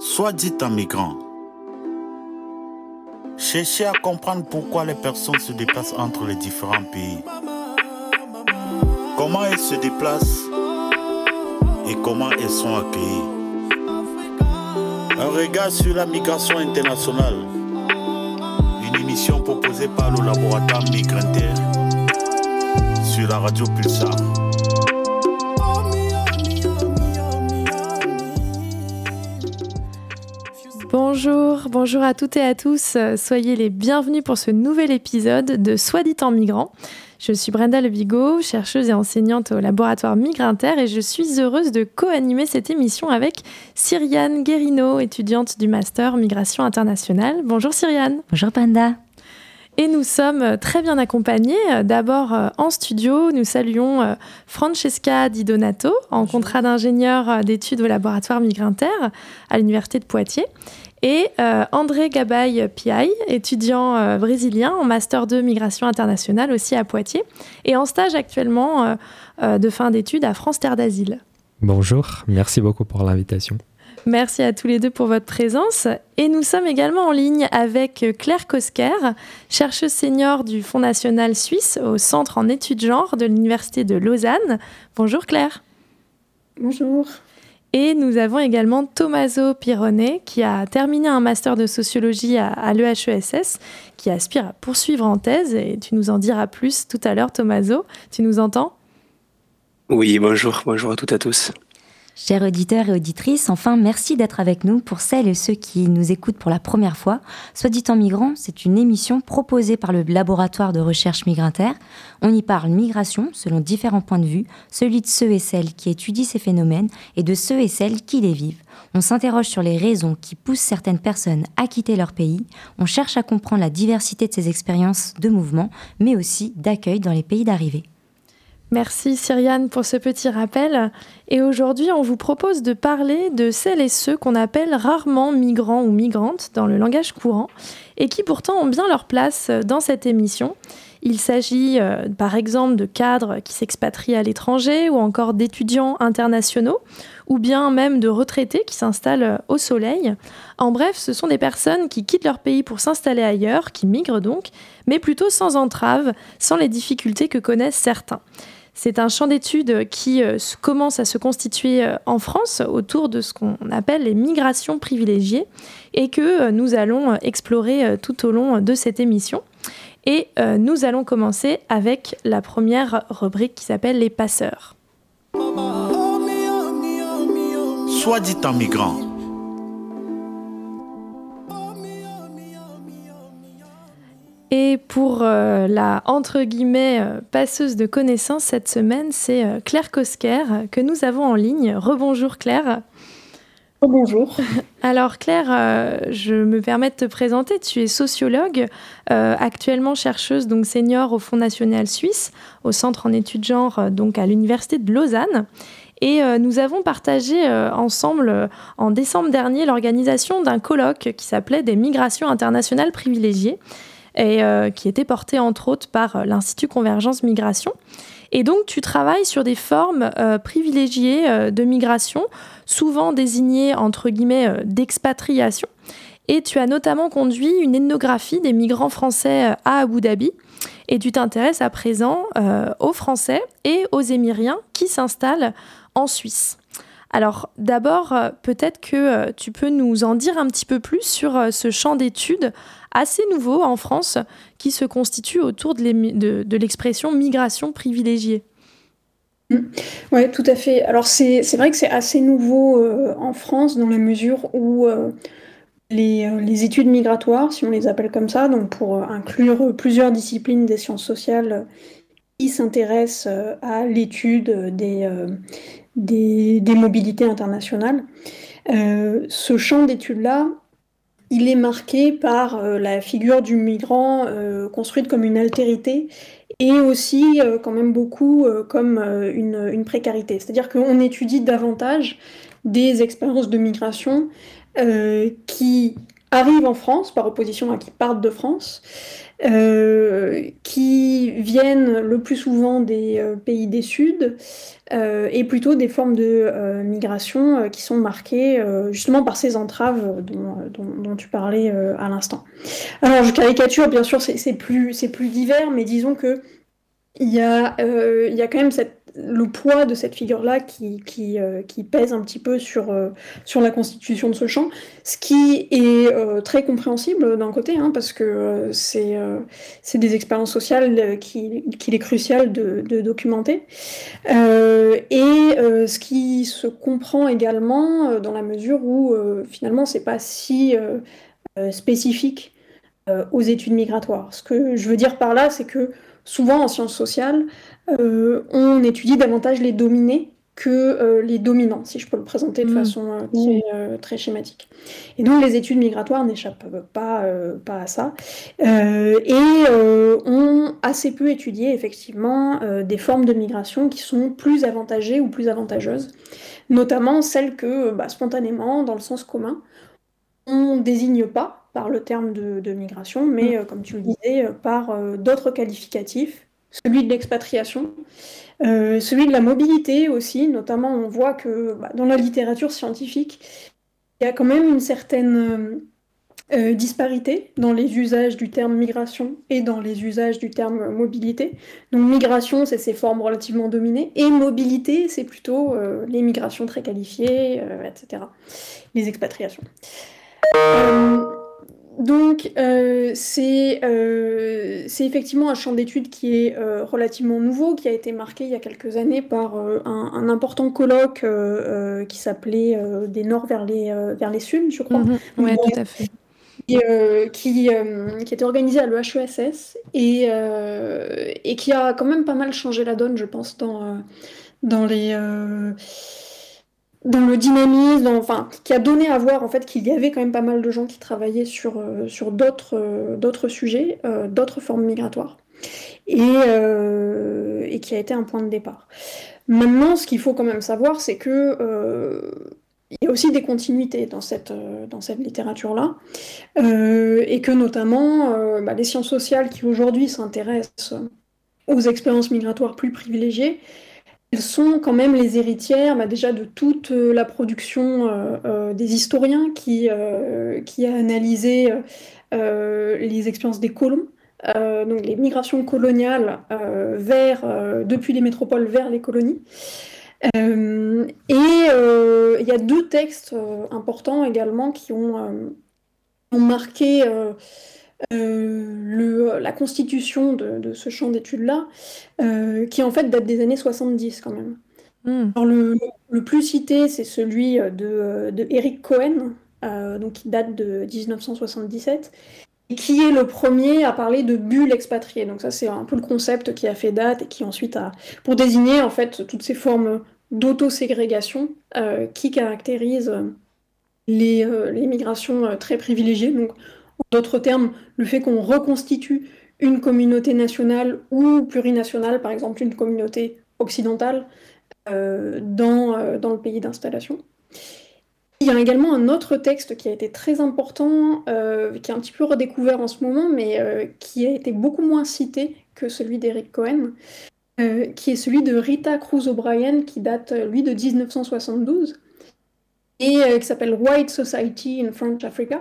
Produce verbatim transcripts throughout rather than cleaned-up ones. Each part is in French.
Soit dit en migrant. Cherchez à comprendre pourquoi les personnes se déplacent entre les différents pays. Comment elles se déplacent et comment elles sont accueillies. Un regard sur la migration internationale. Une émission proposée par le laboratoire Migranter sur la radio Pulsar. Bonjour, bonjour à toutes et à tous. Soyez les bienvenus pour ce nouvel épisode de Soit dit en migrant. Je suis Brenda Lebigot, chercheuse et enseignante au laboratoire Migranter et je suis heureuse de co-animer cette émission avec Cyriane Guérino, étudiante du Master Migration Internationale. Bonjour Cyriane. Bonjour Brenda. Et nous sommes très bien accompagnés. D'abord en studio, nous saluons Francesca Di Donato, en contrat d'ingénieur d'études au laboratoire Migranter à l'Université de Poitiers. Et euh, André Gabay Piai, étudiant euh, brésilien en Master deux Migration Internationale aussi à Poitiers et en stage actuellement euh, euh, de fin d'études à France Terre d'Asile. Bonjour, merci beaucoup pour l'invitation. Merci à tous les deux pour votre présence. Et nous sommes également en ligne avec Claire Kosker, chercheuse senior du Fonds national suisse au Centre en études genre de l'Université de Lausanne. Bonjour Claire. Bonjour. Et nous avons également Tommaso Pirone, qui a terminé un master de sociologie à, à l'E H E S S, qui aspire à poursuivre en thèse. Et tu nous en diras plus tout à l'heure, Tommaso. Tu nous entends ? Oui, bonjour. Bonjour à toutes et à tous. Chers auditeurs et auditrices, enfin, merci d'être avec nous. Pour celles et ceux qui nous écoutent pour la première fois, Soit dit en migrant, c'est une émission proposée par le laboratoire de recherche Migranter. On y parle migration selon différents points de vue, celui de ceux et celles qui étudient ces phénomènes et de ceux et celles qui les vivent. On s'interroge sur les raisons qui poussent certaines personnes à quitter leur pays. On cherche à comprendre la diversité de ces expériences de mouvement, mais aussi d'accueil dans les pays d'arrivée. Merci Cyriane pour ce petit rappel. Et aujourd'hui, on vous propose de parler de celles et ceux qu'on appelle rarement migrants ou migrantes dans le langage courant et qui pourtant ont bien leur place dans cette émission. Il s'agit euh, par exemple de cadres qui s'expatrient à l'étranger ou encore d'étudiants internationaux ou bien même de retraités qui s'installent au soleil. En bref, ce sont des personnes qui quittent leur pays pour s'installer ailleurs, qui migrent donc, mais plutôt sans entrave, sans les difficultés que connaissent certains. C'est un champ d'études qui euh, commence à se constituer euh, en France autour de ce qu'on appelle les migrations privilégiées et que euh, nous allons euh, explorer euh, tout au long de cette émission. Et euh, nous allons commencer avec la première rubrique qui s'appelle les passeurs. Soit dit en migrant. Et pour euh, la, entre guillemets, euh, passeuse de connaissances cette semaine, c'est euh, Claire Kosker que nous avons en ligne. Rebonjour Claire. Bonjour. Alors Claire, euh, je me permets de te présenter. Tu es sociologue, euh, actuellement chercheuse donc senior au Fonds national suisse, au Centre en études genre, euh, donc à l'Université de Lausanne. Et euh, nous avons partagé euh, ensemble, euh, en décembre dernier, l'organisation d'un colloque qui s'appelait « Des migrations internationales privilégiées » et euh, qui était porté entre autres par euh, l'Institut Convergence Migration. Et donc, tu travailles sur des formes euh, privilégiées euh, de migration, souvent désignées entre guillemets euh, d'expatriation. Et tu as notamment conduit une ethnographie des migrants français euh, à Abu Dhabi. Et tu t'intéresses à présent euh, aux Français et aux Émiriens qui s'installent en Suisse. Alors d'abord, euh, peut-être que euh, tu peux nous en dire un petit peu plus sur euh, ce champ d'études assez nouveau en France qui se constitue autour de, les, de, de l'expression migration privilégiée. Mmh. Oui, tout à fait. Alors c'est, c'est vrai que c'est assez nouveau euh, en France dans la mesure où euh, les, euh, les études migratoires, si on les appelle comme ça, donc pour euh, inclure plusieurs disciplines des sciences sociales euh, qui s'intéressent euh, à l'étude des, euh, des, des mobilités internationales, euh, ce champ d'études-là, il est marqué par euh, la figure du migrant euh, construite comme une altérité et aussi euh, quand même beaucoup euh, comme euh, une, une précarité. C'est-à-dire qu'on étudie davantage des expériences de migration euh, qui arrivent en France, par opposition à qui partent de France, euh, qui viennent le plus souvent des euh, pays des Suds euh, et plutôt des formes de euh, migration euh, qui sont marquées euh, justement par ces entraves dont, dont, dont tu parlais euh, à l'instant. Alors je caricature, bien sûr, c'est, c'est plus, c'est plus divers, mais disons que il y a, euh, il y a quand même cette, le poids de cette figure-là qui, qui, euh, qui pèse un petit peu sur, euh, sur la constitution de ce champ, ce qui est euh, très compréhensible d'un côté, hein, parce que euh, c'est, euh, c'est des expériences sociales qui, qu'il est crucial de, de documenter. Euh, et euh, ce qui se comprend également euh, dans la mesure où euh, finalement c'est pas si euh, euh, spécifique euh, aux études migratoires. Ce que je veux dire par là, c'est que souvent en sciences sociales, euh, on étudie davantage les dominés que euh, les dominants, si je peux le présenter de Mmh. façon euh, très, euh, très schématique. Et donc les études migratoires n'échappent pas, euh, pas à ça, euh, et euh, ont assez peu étudié effectivement euh, des formes de migration qui sont plus avantagées ou plus avantageuses, notamment celles que, bah, spontanément, dans le sens commun, on ne désigne pas par le terme de, de migration, mais euh, comme tu le disais, euh, par euh, d'autres qualificatifs, celui de l'expatriation, euh, celui de la mobilité aussi, notamment on voit que bah, dans la littérature scientifique, il y a quand même une certaine euh, euh, disparité dans les usages du terme migration et dans les usages du terme mobilité. Donc migration, c'est ces formes relativement dominées, et mobilité, c'est plutôt euh, les migrations très qualifiées, euh, et cetera, les expatriations. Euh, donc, euh, c'est, euh, c'est effectivement un champ d'études qui est euh, relativement nouveau, qui a été marqué il y a quelques années par euh, un, un important colloque euh, euh, qui s'appelait euh, Des Nord vers les, euh, vers les Sud, je crois. Mmh. Oui, tout à fait. Et, euh, qui, euh, qui était organisé à l'E H E S S et, euh, et qui a quand même pas mal changé la donne, je pense, dans, euh, dans les... Euh, dans le dynamisme, dans, enfin, qui a donné à voir en fait qu'il y avait quand même pas mal de gens qui travaillaient sur, euh, sur d'autres, euh, d'autres sujets, euh, d'autres formes migratoires, et, euh, et qui a été un point de départ. Maintenant, ce qu'il faut quand même savoir, c'est que euh, il y a aussi des continuités dans cette, euh, dans cette littérature-là, euh, et que notamment euh, bah, les sciences sociales qui aujourd'hui s'intéressent aux expériences migratoires plus privilégiées, elles sont quand même les héritières bah, déjà de toute euh, la production euh, euh, des historiens qui, euh, qui a analysé euh, les expériences des colons, euh, donc les migrations coloniales euh, vers, euh, depuis les métropoles vers les colonies. Euh, et euh, il y a deux textes euh, importants également qui ont, euh, ont marqué euh, euh, le, la constitution de, de ce champ d'études-là, euh, qui en fait date des années soixante-dix quand même. Mmh. Alors, le, le plus cité, c'est celui de, de Eric Cohen, euh, donc qui date de dix-neuf cent soixante-dix-sept, et qui est le premier à parler de bulle expatriée. Donc ça, c'est un peu le concept qui a fait date et qui ensuite a... pour désigner en fait toutes ces formes d'autoségrégation euh, qui caractérisent les, euh, les migrations euh, très privilégiées. Donc, en d'autres termes, le fait qu'on reconstitue une communauté nationale ou plurinationale, par exemple une communauté occidentale, euh, dans, euh, dans le pays d'installation. Il y a également un autre texte qui a été très important, euh, qui est un petit peu redécouvert en ce moment, mais euh, qui a été beaucoup moins cité que celui d'Eric Cohen, euh, qui est celui de Rita Cruz O'Brien, qui date, lui, de dix-neuf cent soixante-douze, et euh, qui s'appelle White Society in French Africa,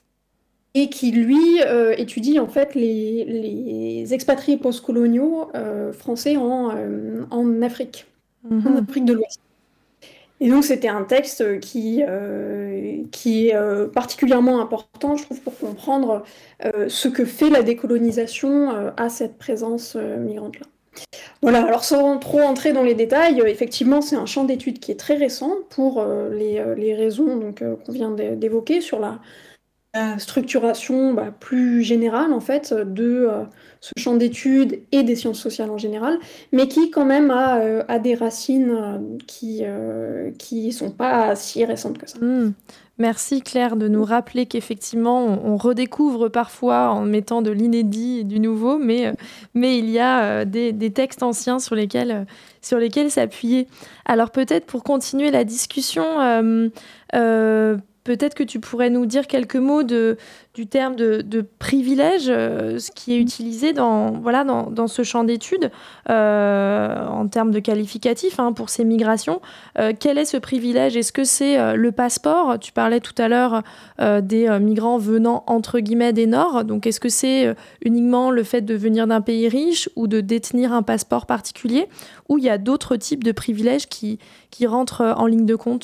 et qui, lui, euh, étudie en fait les, les expatriés postcoloniaux euh, français en, euh, en Afrique, Mmh. en Afrique de l'Ouest. Et donc c'était un texte qui, euh, qui est euh, particulièrement important, je trouve, pour comprendre euh, ce que fait la décolonisation euh, à cette présence euh, migrante-là. Voilà, alors sans trop entrer dans les détails, euh, effectivement c'est un champ d'études qui est très récent pour euh, les, euh, les raisons donc, euh, qu'on vient d'évoquer sur la, la structuration bah, plus générale en fait de euh, ce champ d'études et des sciences sociales en général, mais qui quand même a, euh, a des racines euh, qui euh, qui sont pas si récentes que ça. Mmh. Merci Claire de nous rappeler qu'effectivement on, on redécouvre parfois en mettant de l'inédit et du nouveau, mais, euh, mais il y a euh, des, des textes anciens sur lesquels, euh, sur lesquels s'appuyer. Alors peut-être pour continuer la discussion, euh, euh, peut-être que tu pourrais nous dire quelques mots de, du terme de, de privilège, euh, ce qui est utilisé dans, voilà, dans, dans ce champ d'études, euh, en termes de qualificatif, hein, pour ces migrations. Euh, quel est ce privilège ? Est-ce que c'est euh, le passeport ? Tu parlais tout à l'heure euh, des euh, migrants venant, entre guillemets, des Nord. Donc, est-ce que c'est euh, uniquement le fait de venir d'un pays riche ou de détenir un passeport particulier ? Ou il y a d'autres types de privilèges qui, qui rentrent en ligne de compte ?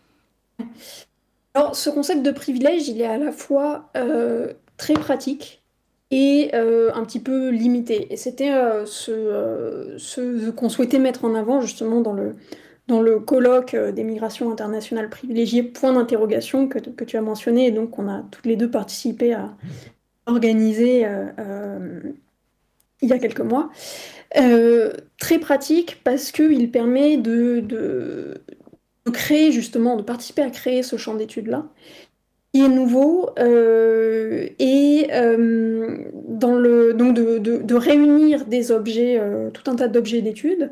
Alors, ce concept de privilège, il est à la fois euh, très pratique et euh, un petit peu limité. Et c'était euh, ce, euh, ce qu'on souhaitait mettre en avant justement dans le, dans le colloque euh, des migrations internationales privilégiées, point d'interrogation, que, que tu as mentionné, et donc on a toutes les deux participé à organiser euh, euh, il y a quelques mois. Euh, très pratique parce qu'il permet de, de, de créer justement, de participer à créer ce champ d'études-là, qui est nouveau, euh, et euh, dans le, donc de, de, de réunir des objets, euh, tout un tas d'objets d'études,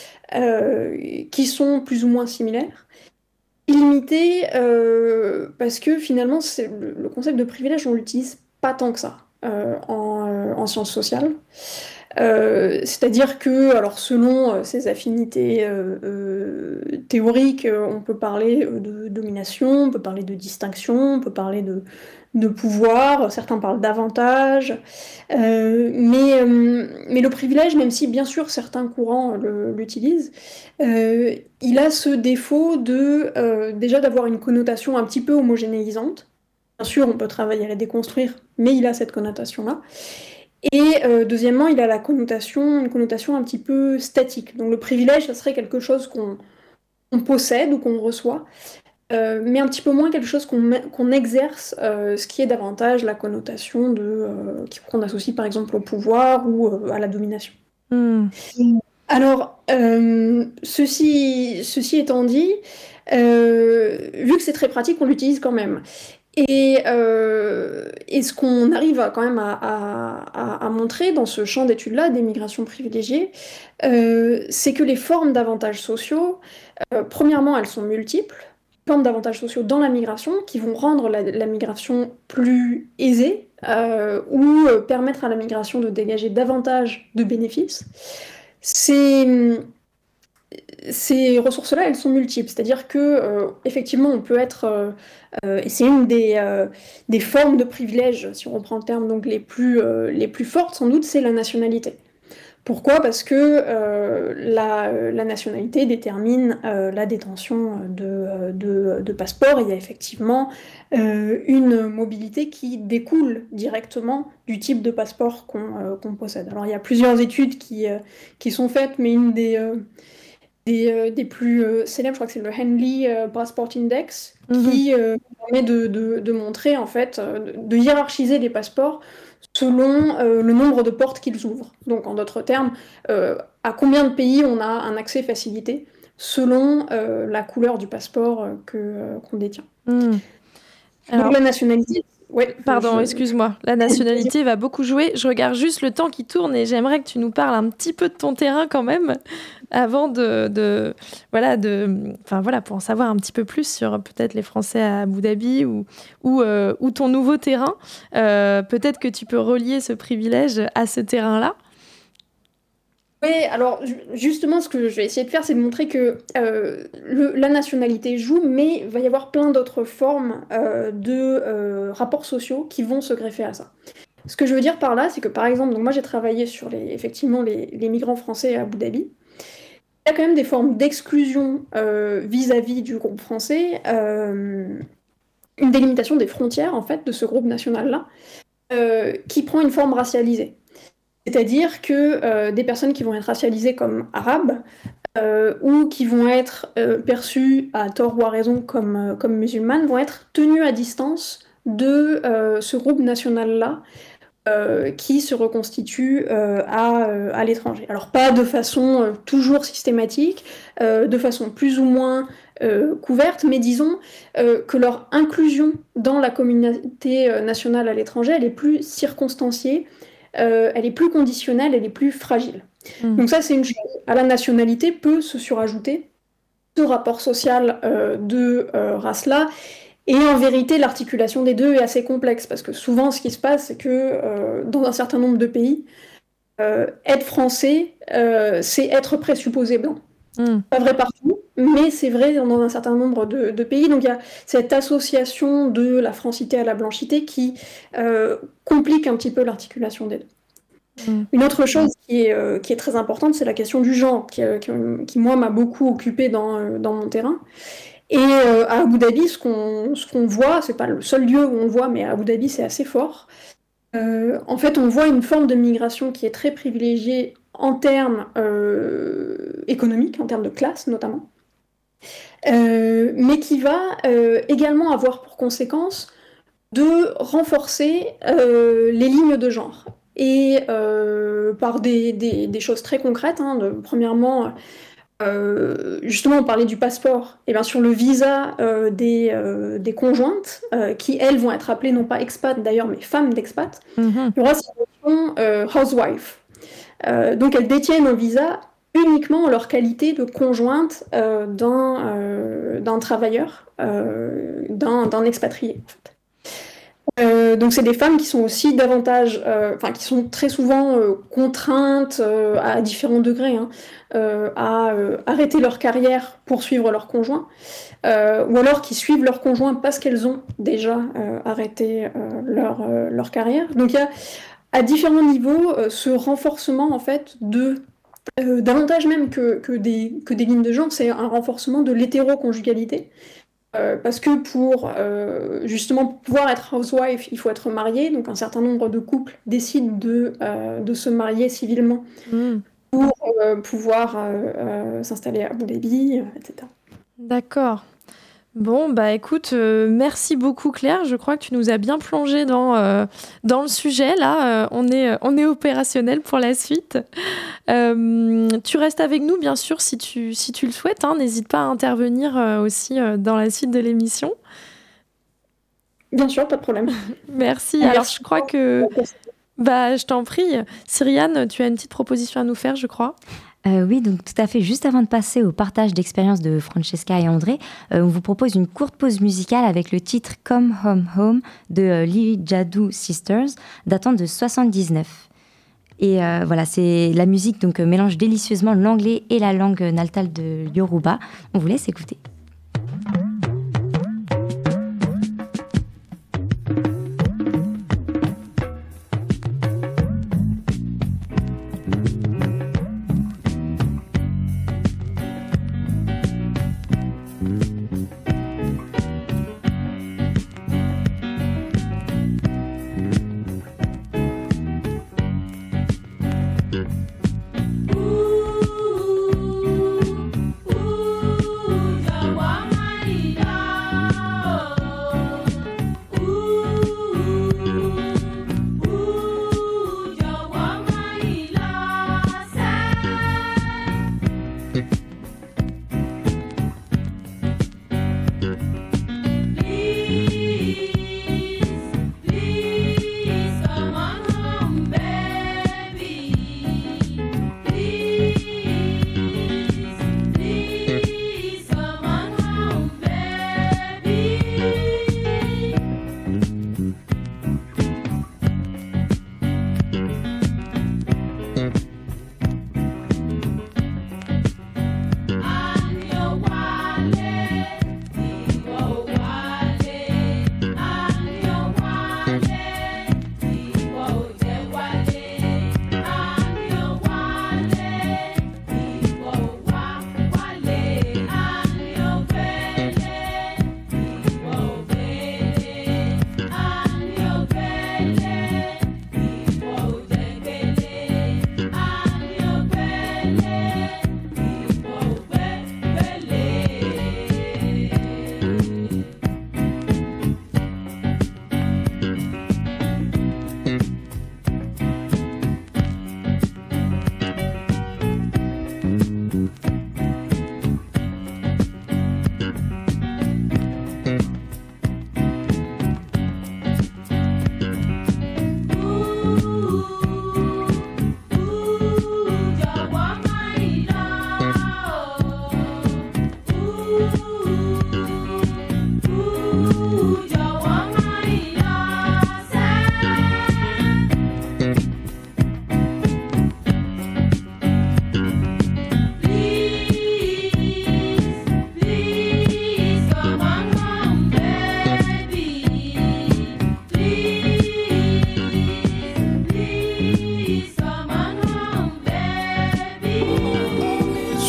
euh, qui sont plus ou moins similaires, illimité, euh, parce que finalement, c'est, le, le concept de privilège, on l'utilise pas tant que ça euh, en, euh, en sciences sociales. Euh, c'est-à-dire que, alors selon euh, ses affinités euh, euh, théoriques, euh, on peut parler de domination, on peut parler de distinction, on peut parler de, de pouvoir, certains parlent d'avantage, euh, mais, euh, mais le privilège, même si bien sûr certains courants le, l'utilisent, euh, il a ce défaut de, euh, déjà d'avoir une connotation un petit peu homogénéisante. Bien sûr, on peut travailler à la déconstruire, mais il a cette connotation-là. Et euh, deuxièmement, il a la connotation, une connotation un petit peu statique. Donc le privilège, ça serait quelque chose qu'on, qu'on possède ou qu'on reçoit, euh, mais un petit peu moins quelque chose qu'on, qu'on exerce, euh, ce qui est davantage la connotation de, euh, qu'on associe par exemple au pouvoir ou euh, à la domination. Mm. Alors, euh, ceci, ceci étant dit, euh, vu que c'est très pratique, on l'utilise quand même. Et, euh, et ce qu'on arrive à, quand même à, à, à montrer dans ce champ d'études-là, des migrations privilégiées, euh, c'est que les formes d'avantages sociaux, euh, premièrement, elles sont multiples, formes d'avantages sociaux dans la migration qui vont rendre la, la migration plus aisée euh, ou euh, permettre à la migration de dégager davantage de bénéfices. C'est... Ces ressources-là, elles sont multiples, c'est-à-dire que euh, effectivement, on peut être, euh, euh, et c'est une des, euh, des formes de privilège, si on reprend le terme, donc les plus, euh, les plus fortes, sans doute, c'est la nationalité. Pourquoi ? Parce que euh, la, la nationalité détermine euh, la détention de, de, de passeports. Il y a effectivement euh, une mobilité qui découle directement du type de passeport qu'on, euh, qu'on possède. Alors, il y a plusieurs études qui, euh, qui sont faites, mais une des... Euh, Des, euh, des plus euh, célèbres, je crois que c'est le Henley euh, Passport Index, mm-hmm. qui euh, permet de, de, de montrer, en fait, euh, de hiérarchiser les passeports selon euh, le nombre de portes qu'ils ouvrent. Donc, en d'autres termes, euh, à combien de pays on a un accès facilité selon euh, la couleur du passeport euh, que, euh, qu'on détient. Mm. Alors, donc, la nationalité... Ouais, Pardon, je... excuse-moi. La nationalité va beaucoup jouer. Je regarde juste le temps qui tourne et j'aimerais que tu nous parles un petit peu de ton terrain quand même, avant de, de voilà, de, enfin voilà, pour en savoir un petit peu plus sur peut-être les Français à Abu Dhabi ou ou, euh, ou ton nouveau terrain. Euh, peut-être que tu peux relier ce privilège à ce terrain-là. Oui, alors justement, ce que je vais essayer de faire, c'est de montrer que euh, le, la nationalité joue, mais il va y avoir plein d'autres formes euh, de euh, rapports sociaux qui vont se greffer à ça. Ce que je veux dire par là, c'est que par exemple, donc moi j'ai travaillé sur les, effectivement les, les migrants français à Abu Dhabi. Il y a quand même des formes d'exclusion euh, vis-à-vis du groupe français, euh, une délimitation des frontières en fait de ce groupe national-là, euh, qui prend une forme racialisée. C'est-à-dire que euh, des personnes qui vont être racialisées comme arabes euh, ou qui vont être euh, perçues à tort ou à raison comme, euh, comme musulmanes vont être tenues à distance de euh, ce groupe national-là euh, qui se reconstitue euh, à, euh, à l'étranger. Alors pas de façon euh, toujours systématique, euh, de façon plus ou moins euh, couverte, mais disons euh, que leur inclusion dans la communauté euh, nationale à l'étranger, elle est plus circonstanciée, Euh, elle est plus conditionnelle, elle est plus fragile. Mmh. Donc ça, c'est une chose. À la nationalité peut se surajouter ce rapport social euh, de euh, race-là, Et en vérité, l'articulation des deux est assez complexe, parce que souvent, ce qui se passe, c'est que euh, dans un certain nombre de pays, euh, être français, euh, c'est être présupposé blanc. Mm. Pas vrai partout, mais c'est vrai dans un certain nombre de, de pays. Donc il y a cette association de la francité à la blanchité qui euh, complique un petit peu l'articulation des deux. Mm. Une autre chose qui est, euh, qui est très importante, c'est la question du genre, qui, euh, qui, qui moi, m'a beaucoup occupée dans, euh, dans mon terrain. Et euh, à Abu Dhabi, ce qu'on, ce qu'on voit, c'est pas le seul lieu où on voit, mais à Abu Dhabi, c'est assez fort. Euh, en fait, on voit une forme de migration qui est très privilégiée en termes euh, économiques, en termes de classe notamment, euh, mais qui va euh, également avoir pour conséquence de renforcer euh, les lignes de genre. Et euh, par des, des, des choses très concrètes, hein, de, premièrement, euh, justement on parlait du passeport, et bien sur le visa euh, des, euh, des conjointes, euh, qui elles vont être appelées non pas expats d'ailleurs, mais femmes d'expat, mm-hmm. il y aura cette notion euh, housewife. Euh, donc elles détiennent un visa uniquement en leur qualité de conjointe euh, d'un, euh, d'un travailleur, euh, d'un, d'un expatrié en fait. Euh, donc c'est des femmes qui sont aussi davantage, euh, enfin qui sont très souvent euh, contraintes euh, à différents degrés hein, euh, à euh, arrêter leur carrière pour suivre leur conjoint, euh, ou alors qui suivent leur conjoint parce qu'elles ont déjà euh, arrêté euh, leur, euh, leur carrière. Donc il y a à différents niveaux euh, ce renforcement en fait de euh, davantage même que, que, des, que des lignes de genre, c'est un renforcement de l'hétéroconjugalité. Euh, parce que pour euh, justement pouvoir être housewife, il faut être marié, donc un certain nombre de couples décident de, euh, de se marier civilement mmh. pour euh, pouvoir euh, euh, s'installer à Abu Dhabi, euh, et cetera. D'accord. Bon, bah écoute, euh, merci beaucoup Claire, je crois que tu nous as bien plongé dans, euh, dans le sujet, là, euh, on, est, on est opérationnel pour la suite. Euh, tu restes avec nous, bien sûr, si tu, si tu le souhaites, hein, n'hésite pas à intervenir euh, aussi euh, dans la suite de l'émission. Bien sûr, pas de problème. Merci, alors merci. Je crois que... Bah, je t'en prie. Cyriane, tu as une petite proposition à nous faire, je crois. Euh, oui, donc tout à fait. Juste avant de passer au partage d'expériences de Francesca et André, euh, on vous propose une courte pause musicale avec le titre Come Home Home de euh, Lee Jadoo Sisters, datant de soixante-dix-neuf. Et euh, voilà, c'est la musique donc euh, mélange délicieusement l'anglais et la langue natale de Yoruba. On vous laisse écouter. Ooh, ooh, yeah.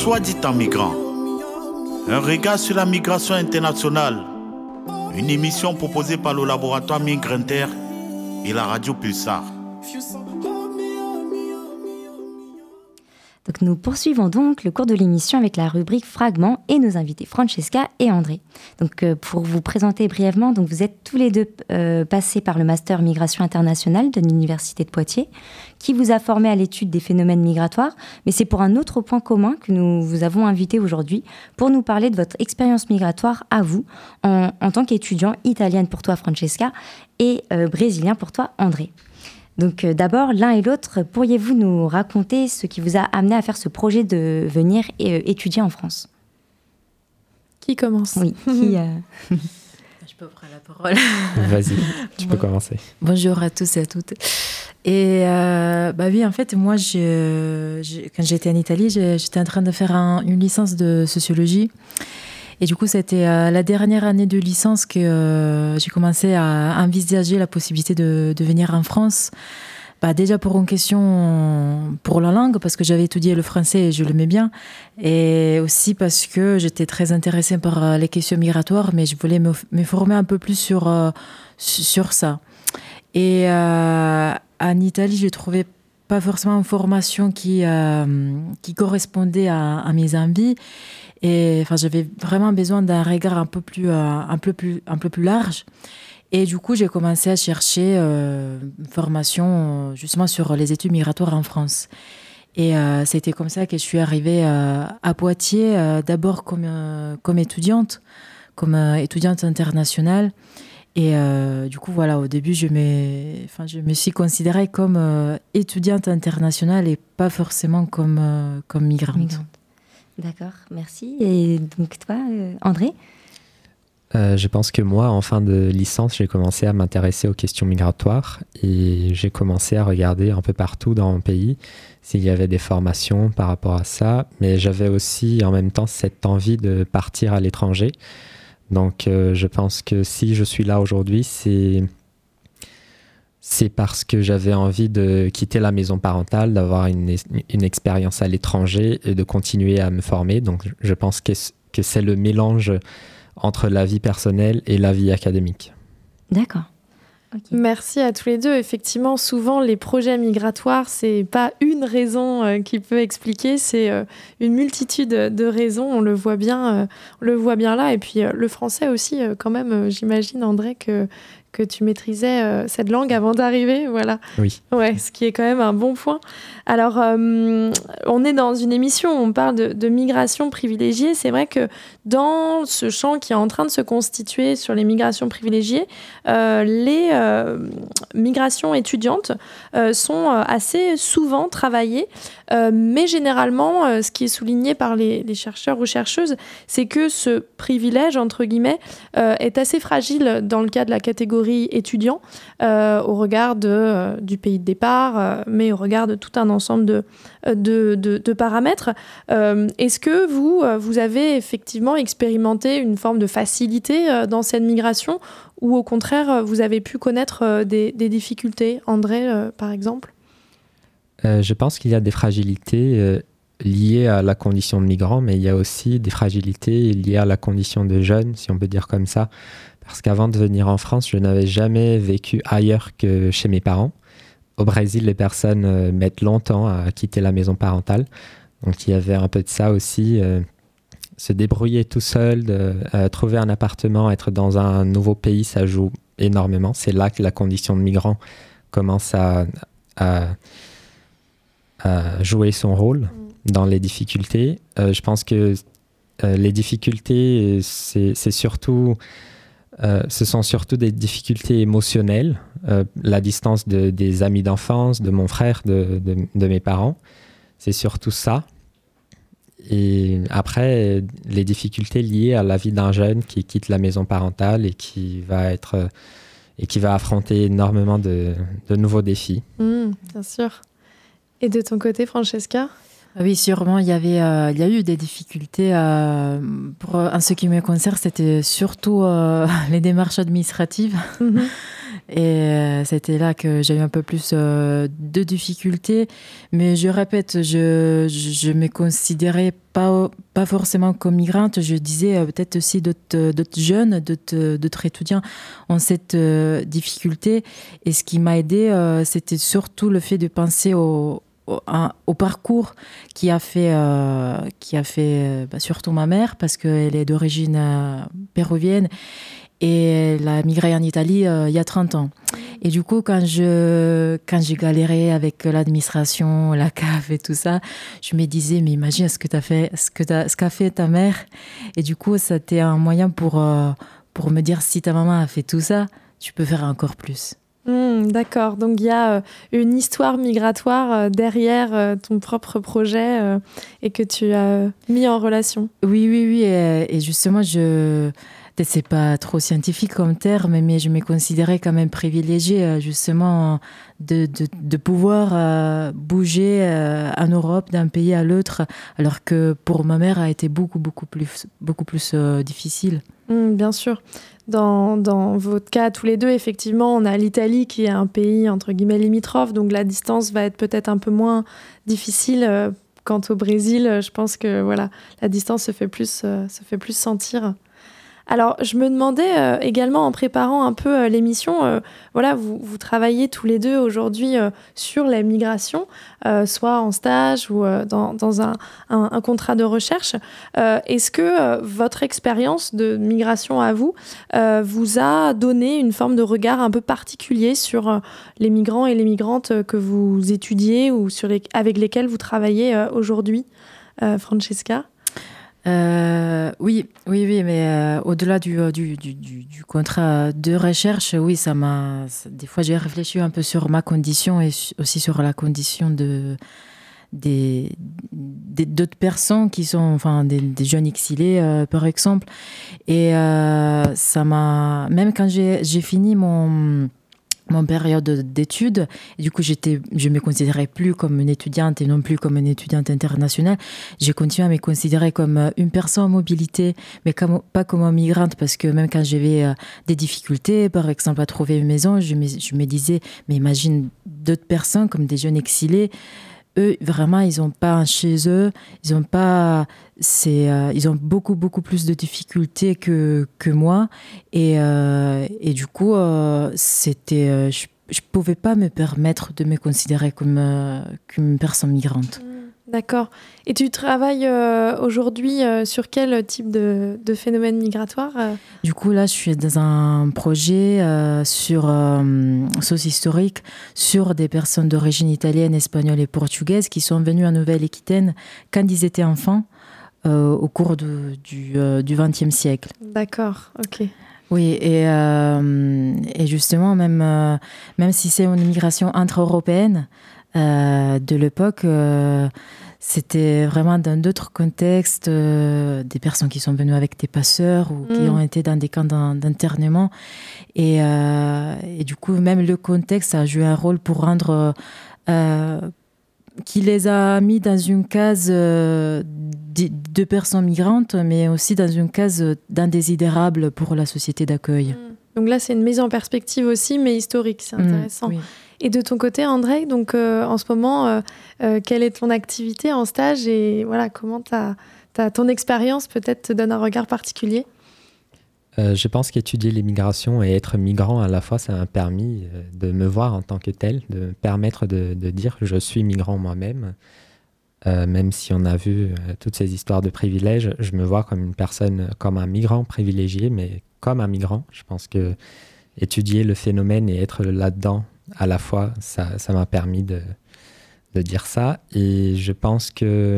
Soit dit en migrant. Un regard sur la migration internationale. Une émission proposée par le laboratoire Migrinter et la radio Pulsar. Donc nous poursuivons donc le cours de l'émission avec la rubrique Fragments et nos invités Francesca et André. Donc euh, pour vous présenter brièvement, donc vous êtes tous les deux euh, passés par le master Migration internationale de l'Université de Poitiers, qui vous a formé à l'étude des phénomènes migratoires, mais c'est pour un autre point commun que nous vous avons invité aujourd'hui pour nous parler de votre expérience migratoire à vous, en, en tant qu'étudiant italienne pour toi Francesca et euh, brésilien pour toi André. Donc euh, d'abord, l'un et l'autre, pourriez-vous nous raconter ce qui vous a amené à faire ce projet de venir euh, étudier en France ? Qui commence ? Oui, qui... Euh... Je peux prendre la parole. Vas-y, tu peux commencer. Bonjour à tous et à toutes. Et euh, bah oui, en fait, moi, je, je, quand j'étais en Italie, je, j'étais en train de faire un, une licence de sociologie. Et du coup, c'était euh, la dernière année de licence que euh, j'ai commencé à envisager la possibilité de, de venir en France. Bah, déjà pour une question pour la langue, parce que j'avais étudié le français et je l'aimais bien. Et aussi parce que j'étais très intéressée par les questions migratoires, mais je voulais me, me former un peu plus sur, euh, sur ça. Et euh, en Italie, je ne trouvais pas forcément une formation qui, euh, qui correspondait à, à mes envies. Et enfin, j'avais vraiment besoin d'un regard un peu plus, euh, un peu plus, un peu plus large. Et du coup, j'ai commencé à chercher euh, une formation euh, justement sur les études migratoires en France. Et euh, c'était comme ça que je suis arrivée euh, à Poitiers, euh, d'abord comme, euh, comme étudiante, comme euh, étudiante internationale. Et euh, du coup, voilà, au début, je me, enfin, je me suis considérée comme euh, étudiante internationale et pas forcément comme, euh, comme migrante. migrante. D'accord, merci. Et donc toi, euh, André ? euh, Je pense que moi, en fin de licence, j'ai commencé à m'intéresser aux questions migratoires et j'ai commencé à regarder un peu partout dans mon pays s'il y avait des formations par rapport à ça. Mais j'avais aussi en même temps cette envie de partir à l'étranger. Donc euh, je pense que si je suis là aujourd'hui, c'est... c'est parce que j'avais envie de quitter la maison parentale, d'avoir une, une expérience à l'étranger et de continuer à me former. Donc, je pense que, que c'est le mélange entre la vie personnelle et la vie académique. D'accord. Okay. Merci à tous les deux. Effectivement, souvent, les projets migratoires, c'est pas une raison euh, qui peut expliquer, c'est euh, une multitude de raisons. On le voit bien, euh, on le voit bien là. Et puis, euh, le français aussi, euh, quand même, euh, j'imagine, André, que que tu maîtrisais euh, cette langue avant d'arriver, voilà. Oui. Ouais, ce qui est quand même un bon point. Alors, euh, on est dans une émission où on parle de, de migration privilégiée. C'est vrai que dans ce champ qui est en train de se constituer sur les migrations privilégiées, euh, les euh, migrations étudiantes euh, sont assez souvent travaillées, euh, mais généralement, euh, ce qui est souligné par les, les chercheurs ou chercheuses, c'est que ce privilège, entre guillemets, euh, est assez fragile dans le cas de la catégorie étudiants euh, au regard de, euh, du pays de départ, euh, mais au regard de tout un ensemble de, de, de, de paramètres. Euh, est-ce que vous, vous avez effectivement expérimenté une forme de facilité euh, dans cette migration ou au contraire, vous avez pu connaître euh, des, des difficultés, André, euh, par exemple ? euh, Je pense qu'il y a des fragilités euh, liées à la condition de migrant, mais il y a aussi des fragilités liées à la condition de jeune, si on peut dire comme ça. Parce qu'avant de venir en France, je n'avais jamais vécu ailleurs que chez mes parents. Au Brésil, les personnes euh, mettent longtemps à quitter la maison parentale. Donc il y avait un peu de ça aussi. Euh, se débrouiller tout seul, de, euh, trouver un appartement, être dans un nouveau pays, ça joue énormément. C'est là que la condition de migrant commence à, à, à jouer son rôle dans les difficultés. Euh, je pense que euh, les difficultés, c'est, c'est surtout... Euh, ce sont surtout des difficultés émotionnelles, euh, la distance de, des amis d'enfance, de mon frère, de, de, de mes parents. C'est surtout ça. Et après, les difficultés liées à la vie d'un jeune qui quitte la maison parentale et qui va, être, et qui va affronter énormément de, de nouveaux défis. Mmh, bien sûr. Et de ton côté, Francesca ? Oui, sûrement, il y avait, euh, il y a eu des difficultés. Euh, pour, en ce qui me concerne, c'était surtout euh, les démarches administratives. Mm-hmm. Et euh, c'était là que j'ai eu un peu plus euh, de difficultés. Mais je répète, je je me considérais pas, pas forcément comme migrante. Je disais euh, peut-être aussi d'autres, d'autres jeunes, d'autres, d'autres étudiants ont cette euh, difficulté. Et ce qui m'a aidée, euh, c'était surtout le fait de penser au, au, à, au parcours qui a fait, euh, qui a fait euh, bah, surtout ma mère, parce qu'elle est d'origine euh, péruvienne. Et elle a migré en Italie euh, il y a trente ans. Et du coup, quand, je, quand j'ai galéré avec l'administration, la C A F et tout ça, je me disais, mais imagine ce que t'as fait, ce, que t'as, ce qu'a fait ta mère. Et du coup, c'était un moyen pour, euh, pour me dire, si ta maman a fait tout ça, tu peux faire encore plus. Mmh, d'accord, donc il y a euh, une histoire migratoire euh, derrière euh, ton propre projet euh, et que tu as mis en relation. Oui, oui, oui. Et, et justement, je... Peut-être c'est pas trop scientifique comme terme, mais je me considérais quand même privilégiée, justement, de, de, de pouvoir euh, bouger euh, en Europe d'un pays à l'autre, alors que pour ma mère, a été beaucoup, beaucoup plus, beaucoup plus euh, difficile. Mmh, bien sûr. Dans, dans votre cas, tous les deux, effectivement, on a l'Italie qui est un pays, entre guillemets, limitrophe, donc la distance va être peut-être un peu moins difficile. Euh, quant au Brésil, je pense que voilà, la distance se fait plus, euh, se fait plus sentir. Alors, je me demandais euh, également, en préparant un peu euh, l'émission, euh, voilà, vous, vous travaillez tous les deux aujourd'hui euh, sur la migration, euh, soit en stage ou euh, dans, dans un, un, un contrat de recherche. Euh, est-ce que euh, votre expérience de migration à vous euh, vous a donné une forme de regard un peu particulier sur euh, les migrants et les migrantes que vous étudiez ou sur les, avec lesquels vous travaillez euh, aujourd'hui, euh, Francesca ? Euh, oui, oui, oui, mais euh, au-delà du, du, du, du contrat de recherche, oui, ça m'a. Ça, des fois, j'ai réfléchi un peu sur ma condition et aussi sur la condition de des, des d'autres personnes qui sont, enfin, des, des jeunes exilés, euh, par exemple. Et euh, ça m'a. Même quand j'ai, j'ai fini mon mon période d'études. Et du coup, j'étais, je me considérais plus comme une étudiante et non plus comme une étudiante internationale. J'ai continué à me considérer comme une personne en mobilité, mais comme, pas comme une migrante, parce que même quand j'avais des difficultés, par exemple, à trouver une maison, je me, je me disais, mais imagine d'autres personnes comme des jeunes exilés. Eux, vraiment, ils n'ont pas un chez eux, ils ont pas, c'est, euh, ils ont beaucoup, beaucoup plus de difficultés que, que moi. Et, euh, et du coup, euh, c'était, euh, je ne pouvais pas me permettre de me considérer comme, euh, comme une personne migrante. D'accord. Et tu travailles euh, aujourd'hui euh, sur quel type de, de phénomène migratoire euh Du coup, là, je suis dans un projet euh, sur euh, socio-historique sur des personnes d'origine italienne, espagnole et portugaise qui sont venues en Nouvelle-Aquitaine quand ils étaient enfants euh, au cours de, du, euh, du vingtième siècle. D'accord, ok. Oui, et, euh, et justement, même, euh, même si c'est une migration intra-européenne, Euh, de l'époque, euh, c'était vraiment dans d'autres contextes, euh, des personnes qui sont venues avec des passeurs ou qui mmh. ont été dans des camps d'internement. Et, euh, et du coup, même le contexte a joué un rôle pour rendre... Euh, qui les a mis dans une case euh, de, de personnes migrantes, mais aussi dans une case d'indésirables pour la société d'accueil. Mmh. Donc là, c'est une mise en perspective aussi, mais historique, c'est intéressant. Mmh, oui. Et de ton côté, André, donc euh, en ce moment, euh, euh, quelle est ton activité en stage et voilà, comment t'as, t'as, ton expérience peut-être te donne un regard particulier ? euh, Je pense qu'étudier l'immigration et être migrant à la fois, ça m'a permis de me voir en tant que tel, de me permettre de, de dire que je suis migrant moi-même. Euh, même si on a vu euh, toutes ces histoires de privilèges, je me vois comme une personne, comme un migrant privilégié, mais comme un migrant. Je pense que étudier le phénomène et être là-dedans, à la fois, ça, ça m'a permis de, de dire ça. Et je pense que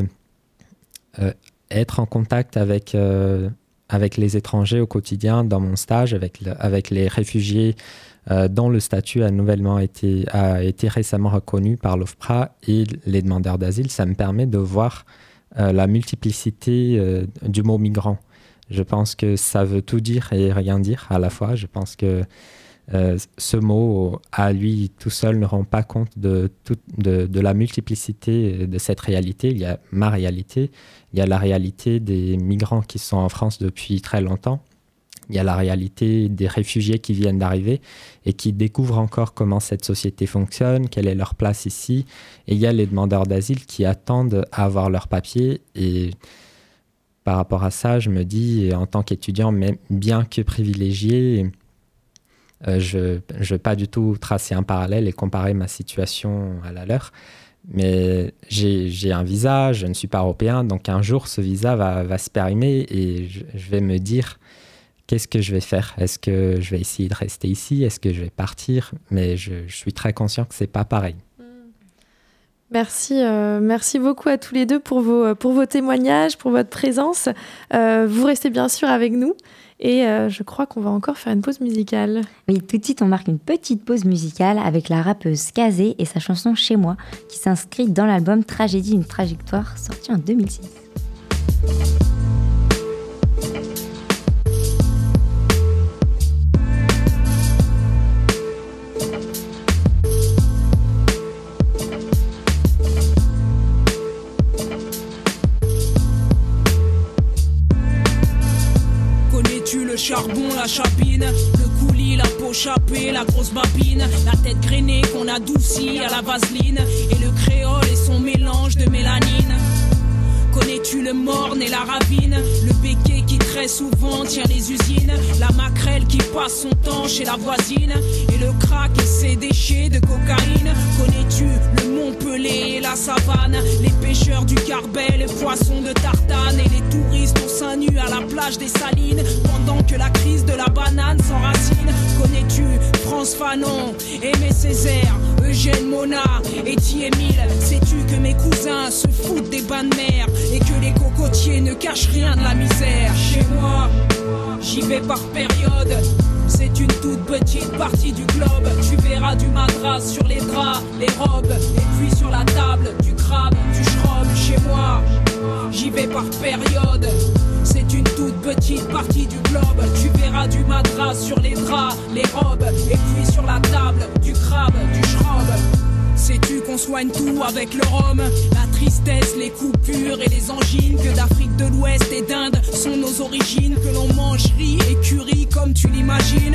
euh, être en contact avec, euh, avec les étrangers au quotidien, dans mon stage, avec, le, avec les réfugiés euh, dont le statut a nouvellement été, a été récemment reconnu par l'OFPRA et les demandeurs d'asile, ça me permet de voir euh, la multiplicité euh, du mot migrant. Je pense que ça veut tout dire et rien dire à la fois. Je pense que Euh, ce mot, à lui tout seul, ne rend pas compte de, tout, de, de la multiplicité de cette réalité. Il y a ma réalité, il y a la réalité des migrants qui sont en France depuis très longtemps, il y a la réalité des réfugiés qui viennent d'arriver et qui découvrent encore comment cette société fonctionne, quelle est leur place ici. Et il y a les demandeurs d'asile qui attendent à avoir leurs papiers. Et par rapport à ça, je me dis, en tant qu'étudiant, même bien que privilégié, euh, je ne veux pas du tout tracer un parallèle et comparer ma situation à la leur. Mais j'ai, j'ai un visa, je ne suis pas européen, donc un jour, ce visa va, va se périmer et je, je vais me dire... Qu'est-ce que je vais faire ? Est-ce que je vais essayer de rester ici ? Est-ce que je vais partir ? Mais je, je suis très conscient que ce n'est pas pareil. Merci, euh, merci beaucoup à tous les deux pour vos, pour vos témoignages, pour votre présence. Euh, vous restez bien sûr avec nous et euh, je crois qu'on va encore faire une pause musicale. Oui, tout de suite, on marque une petite pause musicale avec la rappeuse Kazé et sa chanson « Chez moi » qui s'inscrit dans l'album « Tragédie, une trajectoire » sorti en deux mille six. Le charbon, la chapine, le coulis, la peau chapée, la grosse babine, la tête grainée qu'on adoucit à la vaseline, et le créole et son mélange de mélanine. Connais-tu le morne et la ravine, le béquet qui très souvent tient les usines, la maquerelle qui passe son temps chez la voisine, et le crack et ses déchets de cocaïne. Connais-tu le Montpellier et la savane, les pêcheurs du Carbet, les poissons de Tartane, et les touristes au sein nu à la plage des Salines, pendant que la crise de la banane s'enracine. Connais-tu France Fanon, Aimé Césaire, Eugène Mona et Thierry-Émile? Sais-tu que mes cousins se foutent des bains de mer et que les cocotiers ne cachent rien de la misère? Chez moi, j'y vais par période. C'est une toute petite partie du globe. Tu verras du madras sur les draps, les robes, et puis sur la table, du crabe, du schrob. Chez moi, j'y vais par période. C'est une toute petite partie du globe. Tu verras du madras sur les draps, les robes, et puis sur la table, du crabe, du schrob. Sais-tu qu'on soigne tout avec le rhum? La tristesse, les coupures et les angines, que d'Afrique de l'Ouest et d'Inde sont nos origines, que l'on mange riz et curry comme tu l'imagines.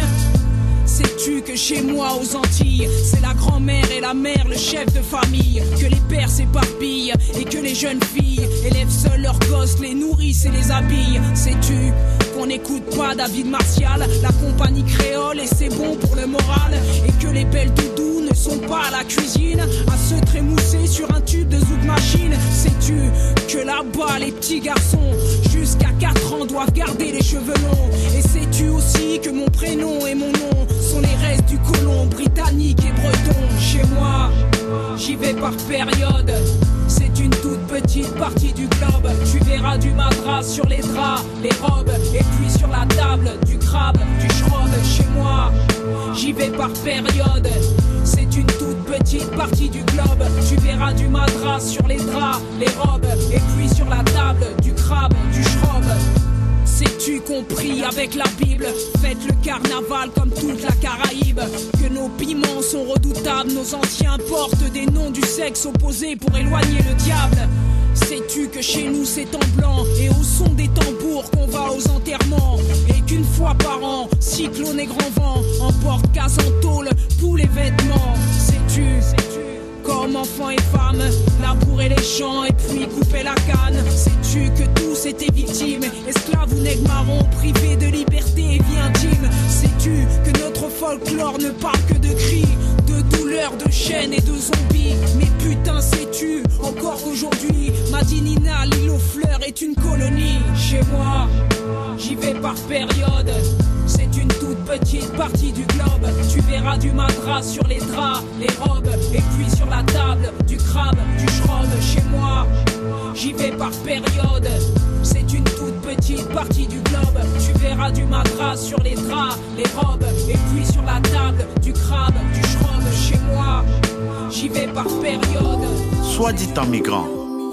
Sais-tu que chez moi aux Antilles, c'est la grand-mère et la mère, le chef de famille, que les pères s'éparpillent et que les jeunes filles élèvent seuls leurs gosses, les nourrissent et les habillent? Sais-tu qu'on n'écoute pas David Martial, la compagnie créole et c'est bon pour le moral, et que les belles doudous ne sont pas à la cuisine à se trémousser sur un tube de zouk machine? Sais-tu que là-bas les petits garçons jusqu'à quatre ans doivent garder les cheveux longs? Et sais-tu aussi que mon prénom et mon nom sont les restes du colon britannique et breton? Chez moi, j'y vais par période. C'est une toute petite partie du globe. Tu verras du madras sur les draps, les robes, et puis sur la table, du crabe, du schrob. Chez moi, j'y vais par période. C'est une toute petite partie du globe. Tu verras du madras sur les draps, les robes, et puis sur la table, du crabe, du schrob. Sais-tu compris avec la Bible? Faites le carnaval comme toute la Caraïbe. Que nos piments sont redoutables. Nos anciens portent des noms du sexe opposé pour éloigner le diable. Sais-tu que chez nous c'est en blanc et au son des tambours qu'on va aux enterrements, et qu'une fois par an, cyclone et grand vent emportent casse en tôle tous les vêtements? Sais-tu, sais-tu comme enfants et femmes, labourer les champs et puis couper la canne? Sais-tu que tous étaient victimes, esclaves ou nègres marrons, privés de liberté et vie intime? Sais-tu que notre folklore ne parle que de cris, de douleurs, de chaînes et de zombies? Mais putain, sais-tu encore qu'aujourd'hui, Madinina, l'île aux fleurs est une colonie? Chez moi, j'y vais par période. C'est une toute petite partie du globe. Tu verras du madras sur les draps, les robes, et puis sur la table, du crabe, du schrob. Chez moi, j'y vais par période. C'est une toute petite partie du globe. Tu verras du madras sur les draps, les robes, et puis sur la table, du crabe, du schrob. Chez moi, j'y vais par période. Soit dit en migrant,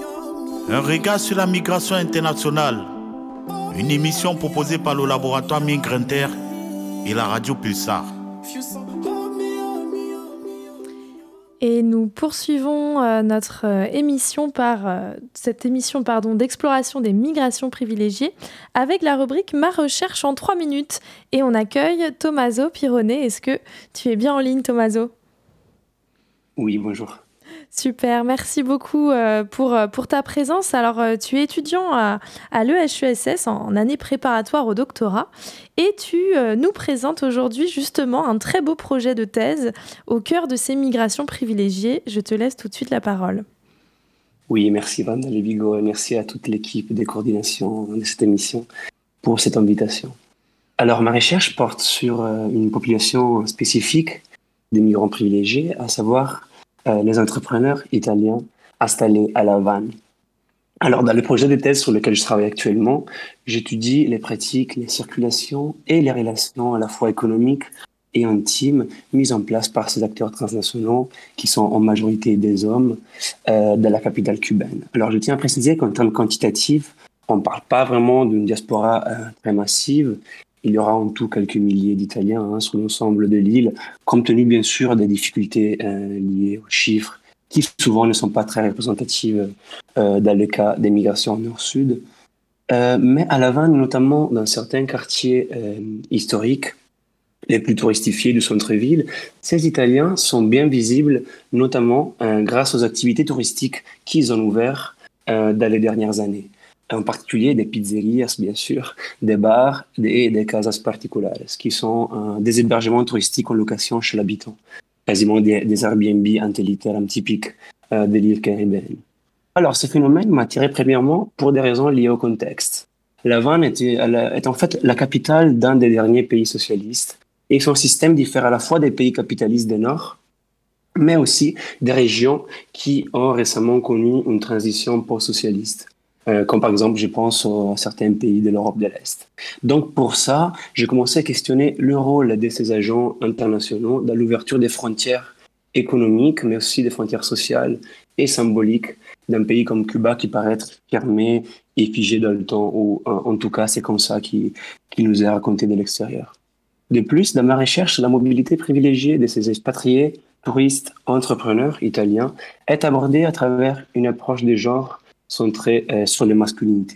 un regard sur la migration internationale. Une émission proposée par le laboratoire Migrinter et la radio Pulsar. Et nous poursuivons euh, notre euh, émission par euh, cette émission pardon, d'exploration des migrations privilégiées avec la rubrique Ma recherche en trois minutes. Et on accueille Tommaso Pironnet. Est-ce que tu es bien en ligne, Tommaso ? Oui, bonjour. Super, merci beaucoup euh, pour, pour ta présence. Alors, euh, tu es étudiant à, à l'E H E S S en, en année préparatoire au doctorat et tu euh, nous présentes aujourd'hui justement un très beau projet de thèse au cœur de ces migrations privilégiées. Je te laisse tout de suite la parole. Oui, merci Wanda Levigo et merci à toute l'équipe de coordination de cette émission pour cette invitation. Alors, ma recherche porte sur euh, une population spécifique des migrants privilégiés, à savoir Euh, les entrepreneurs italiens installés à La Havane. Alors, dans le projet de thèse sur lequel je travaille actuellement, j'étudie les pratiques, les circulations et les relations à la fois économiques et intimes mises en place par ces acteurs transnationaux qui sont en majorité des hommes euh, de la capitale cubaine. Alors, je tiens à préciser qu'en termes quantitatifs, on ne parle pas vraiment d'une diaspora euh, très massive. Il y aura en tout quelques milliers d'Italiens hein, sur l'ensemble de l'île, compte tenu bien sûr des difficultés euh, liées aux chiffres, qui souvent ne sont pas très représentatives euh, dans le cas des migrations nord-sud. Euh, mais à La Havane, notamment dans certains quartiers euh, historiques, les plus touristifiés du centre-ville, ces Italiens sont bien visibles, notamment euh, grâce aux activités touristiques qu'ils ont ouvertes euh, dans les dernières années. En particulier des pizzerias, bien sûr, des bars et des casas particulares, qui sont euh, des hébergements touristiques en location chez l'habitant, quasiment des, des Airbnb antélitères typiques euh, de l'île caribéenne. Alors, ce phénomène m'a attiré premièrement pour des raisons liées au contexte. La Havane était, est en fait la capitale d'un des derniers pays socialistes, et son système diffère à la fois des pays capitalistes du Nord, mais aussi des régions qui ont récemment connu une transition post-socialiste. Euh, comme par exemple, je pense à certains pays de l'Europe de l'Est. Donc pour ça, j'ai commencé à questionner le rôle de ces agents internationaux dans l'ouverture des frontières économiques, mais aussi des frontières sociales et symboliques d'un pays comme Cuba qui paraît être fermé et figé dans le temps, ou en tout cas c'est comme ça qui, qui nous est raconté de l'extérieur. De plus, dans ma recherche, la mobilité privilégiée de ces expatriés, touristes, entrepreneurs italiens est abordée à travers une approche des genres centré euh, sur les masculinités.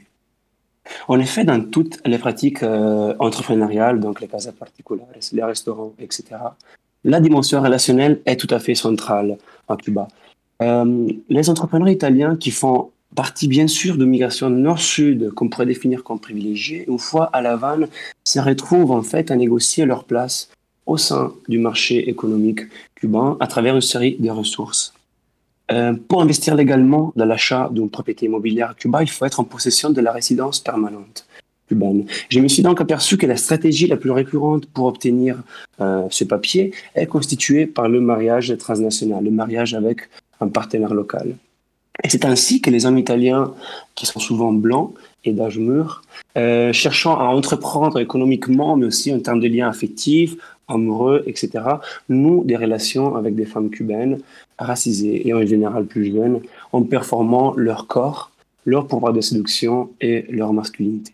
En effet, dans toutes les pratiques euh, entrepreneuriales, donc les casas particulares, les restaurants, et cetera, la dimension relationnelle est tout à fait centrale à Cuba. Euh, les entrepreneurs italiens qui font partie bien sûr de migration nord-sud, qu'on pourrait définir comme privilégiée, une fois à La Havane, se retrouvent en fait à négocier leur place au sein du marché économique cubain à travers une série de ressources. Euh, pour investir légalement dans l'achat d'une propriété immobilière à Cuba, il faut être en possession de la résidence permanente cubaine. Je me suis donc aperçu que la stratégie la plus récurrente pour obtenir euh, ce papier est constituée par le mariage transnational, le mariage avec un partenaire local. Et c'est ainsi que les hommes italiens, qui sont souvent blancs et d'âge mûr, euh, cherchant à entreprendre économiquement, mais aussi en termes de liens affectifs, amoureux, et cetera, nouent des relations avec des femmes cubaines racisées et en général plus jeunes, en performant leur corps, leur pouvoir de séduction et leur masculinité.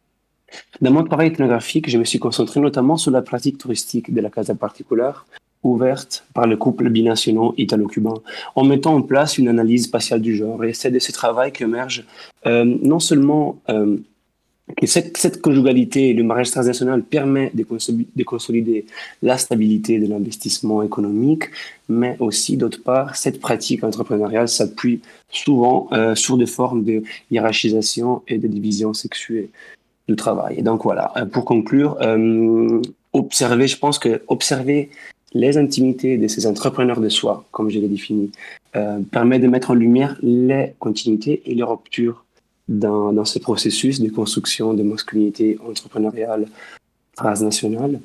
Dans mon travail ethnographique, je me suis concentré notamment sur la pratique touristique de la casa particular, ouverte par le couple binationaux italo-cubain, en mettant en place une analyse spatiale du genre. Et c'est de ce travail qu'émerge euh, non seulement euh, que cette, cette conjugalité, le mariage transnational permet de, consoli- de consolider la stabilité de l'investissement économique, mais aussi, d'autre part, cette pratique entrepreneuriale s'appuie souvent euh, sur des formes de hiérarchisation et de division sexuée du travail. Et donc voilà, pour conclure, euh, observer, je pense que observer les intimités de ces entrepreneurs de soi, comme je l'ai défini, euh, permet de mettre en lumière les continuités et les ruptures dans, dans ce processus de construction de masculinité entrepreneuriale transnationale.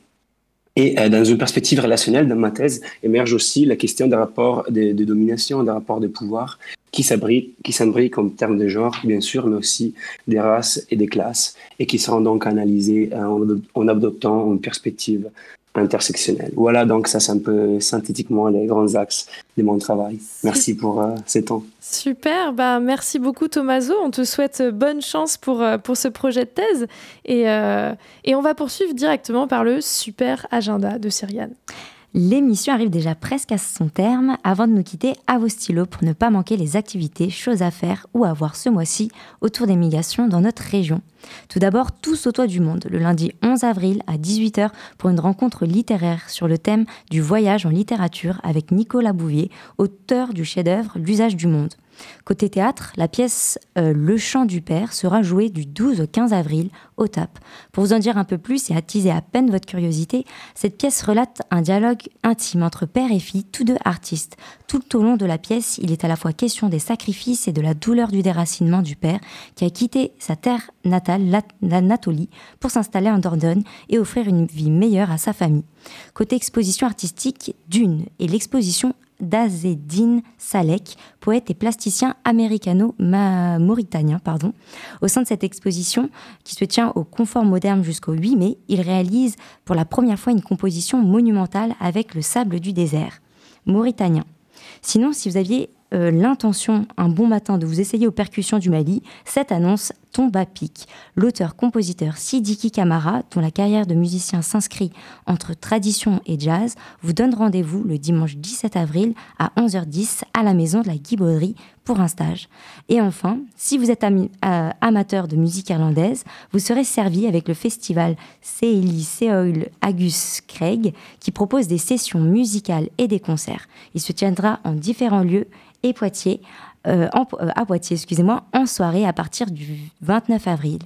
Et euh, dans une perspective relationnelle, dans ma thèse, émerge aussi la question des rapports de, de domination, des rapports de pouvoir qui s'imbriquent qui s'imbriquent en termes de genre, bien sûr, mais aussi des races et des classes, et qui seront donc analysés euh, en, en adoptant une perspective intersectionnelle. Voilà, donc ça c'est un peu synthétiquement les grands axes de mon travail. Merci pour euh, ces temps. Super, bah, merci beaucoup Tommaso, on te souhaite bonne chance pour, pour ce projet de thèse et, euh, et on va poursuivre directement par le super agenda de Cyriane. L'émission arrive déjà presque à son terme. Avant de nous quitter, à vos stylos pour ne pas manquer les activités, choses à faire ou à voir ce mois-ci autour des migrations dans notre région. Tout d'abord, Tous au toit du monde, le lundi onze avril à dix-huit heures pour une rencontre littéraire sur le thème du voyage en littérature avec Nicolas Bouvier, auteur du chef-d'œuvre L'usage du monde. Côté théâtre, la pièce euh, Le chant du père sera jouée du douze au quinze avril au T A P. Pour vous en dire un peu plus et attiser à peine votre curiosité, cette pièce relate un dialogue intime entre père et fille, tous deux artistes. Tout au long de la pièce, il est à la fois question des sacrifices et de la douleur du déracinement du père qui a quitté sa terre natale, l'Anatolie, pour s'installer en Dordogne et offrir une vie meilleure à sa famille. Côté exposition artistique, Dune et l'exposition d'Azzedine Salek, poète et plasticien américano-mauritanien. Pardon. Au sein de cette exposition, qui se tient au Confort Moderne jusqu'au huit mai, il réalise pour la première fois une composition monumentale avec le sable du désert mauritanien. Sinon, si vous aviez euh, l'intention, un bon matin, de vous essayer aux percussions du Mali, cette annonce tombe à pic. L'auteur-compositeur Sidiki Camara, dont la carrière de musicien s'inscrit entre tradition et jazz, vous donne rendez-vous le dimanche dix-sept avril à onze heures dix à la maison de la Guibauderie pour un stage. Et enfin, si vous êtes ami- euh, amateur de musique irlandaise, vous serez servi avec le festival Seili Seoil Agus Craig qui propose des sessions musicales et des concerts. Il se tiendra en différents lieux et Poitiers, euh, en, euh, à Poitiers, excusez-moi, en soirée à partir du vingt-neuf avril.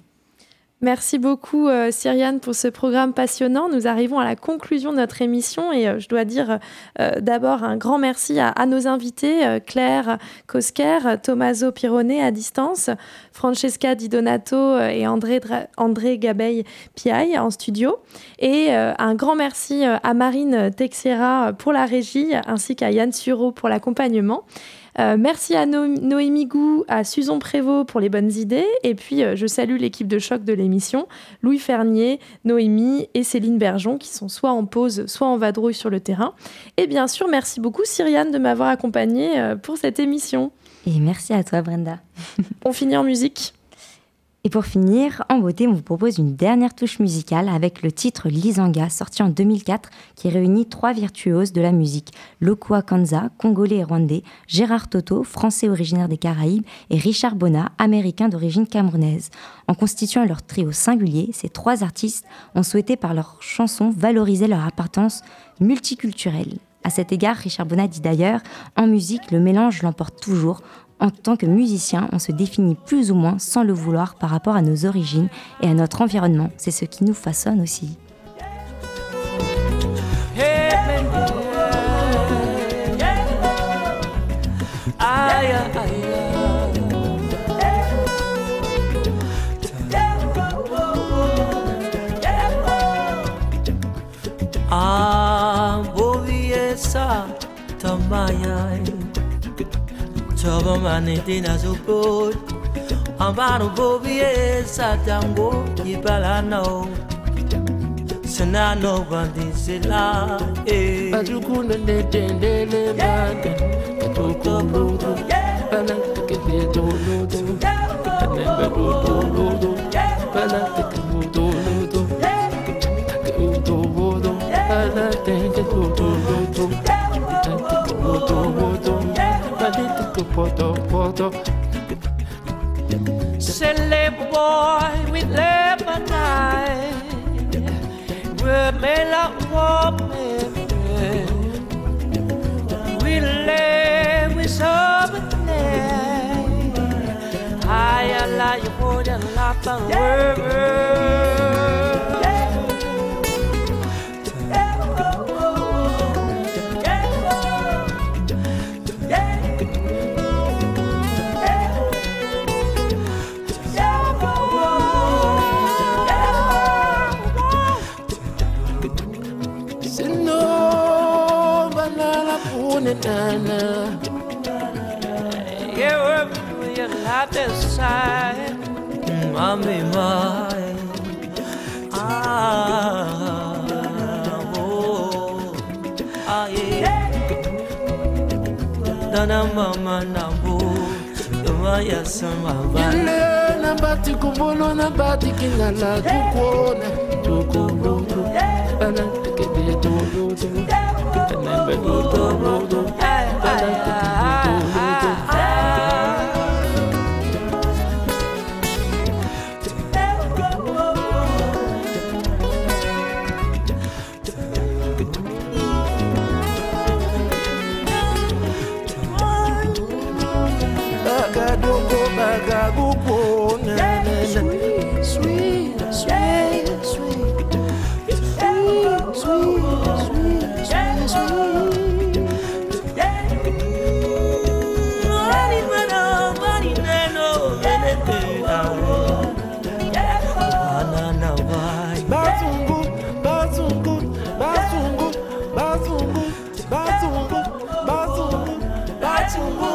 Merci beaucoup euh, Cyriane pour ce programme passionnant. Nous arrivons à la conclusion de notre émission et euh, je dois dire euh, d'abord un grand merci à, à nos invités, euh, Claire Kosker, Tommaso Pirone à distance, Francesca Di Donato euh, et André, Dra- André Gabey Piaille en studio. Et euh, un grand merci euh, à Marine Texiera pour la régie ainsi qu'à Yann Sureau pour l'accompagnement. Euh, merci à no- Noémie Gou, à Suzon Prévost pour les bonnes idées. Et puis, euh, je salue l'équipe de choc de l'émission, Louis Fernier, Noémie et Céline Bergeon, qui sont soit en pause, soit en vadrouille sur le terrain. Et bien sûr, merci beaucoup Cyriane de m'avoir accompagnée euh, pour cette émission. Et merci à toi Brenda. On finit en musique. Et pour finir, en beauté, on vous propose une dernière touche musicale avec le titre Lisanga, sorti en deux mille quatre, qui réunit trois virtuoses de la musique. Lokua Kanza, congolais et rwandais, Gérard Toto, français originaire des Caraïbes, et Richard Bona, américain d'origine camerounaise. En constituant leur trio singulier, ces trois artistes ont souhaité par leurs chansons valoriser leur appartenance multiculturelle. À cet égard, Richard Bona dit d'ailleurs « En musique, le mélange l'emporte toujours ». En tant que musicien, on se définit plus ou moins sans le vouloir par rapport à nos origines et à notre environnement. C'est ce qui nous façonne aussi. Tova manete na support Ambaro bovie satango Ipalano Senano bandi sila Bajukuna de tendele manga Katoko ludo Bala teke to ludo Kanemba ludo ludo Bala teke ludo ludo Teke ludo ludo Bala teke ludo ludo Teke ludo ludo Poto, poto. Silly boy with lemonade, we may not walk me. We lay with something. I like you more than life and world. Nana, you're you like this side, mommy, my ah, oh, ah, yeah, Nana, mama, nabu, Maya, sama, na bati kubono na bati kinala, tukona, tukolo, bana, tukede, tukolo. Bazungu,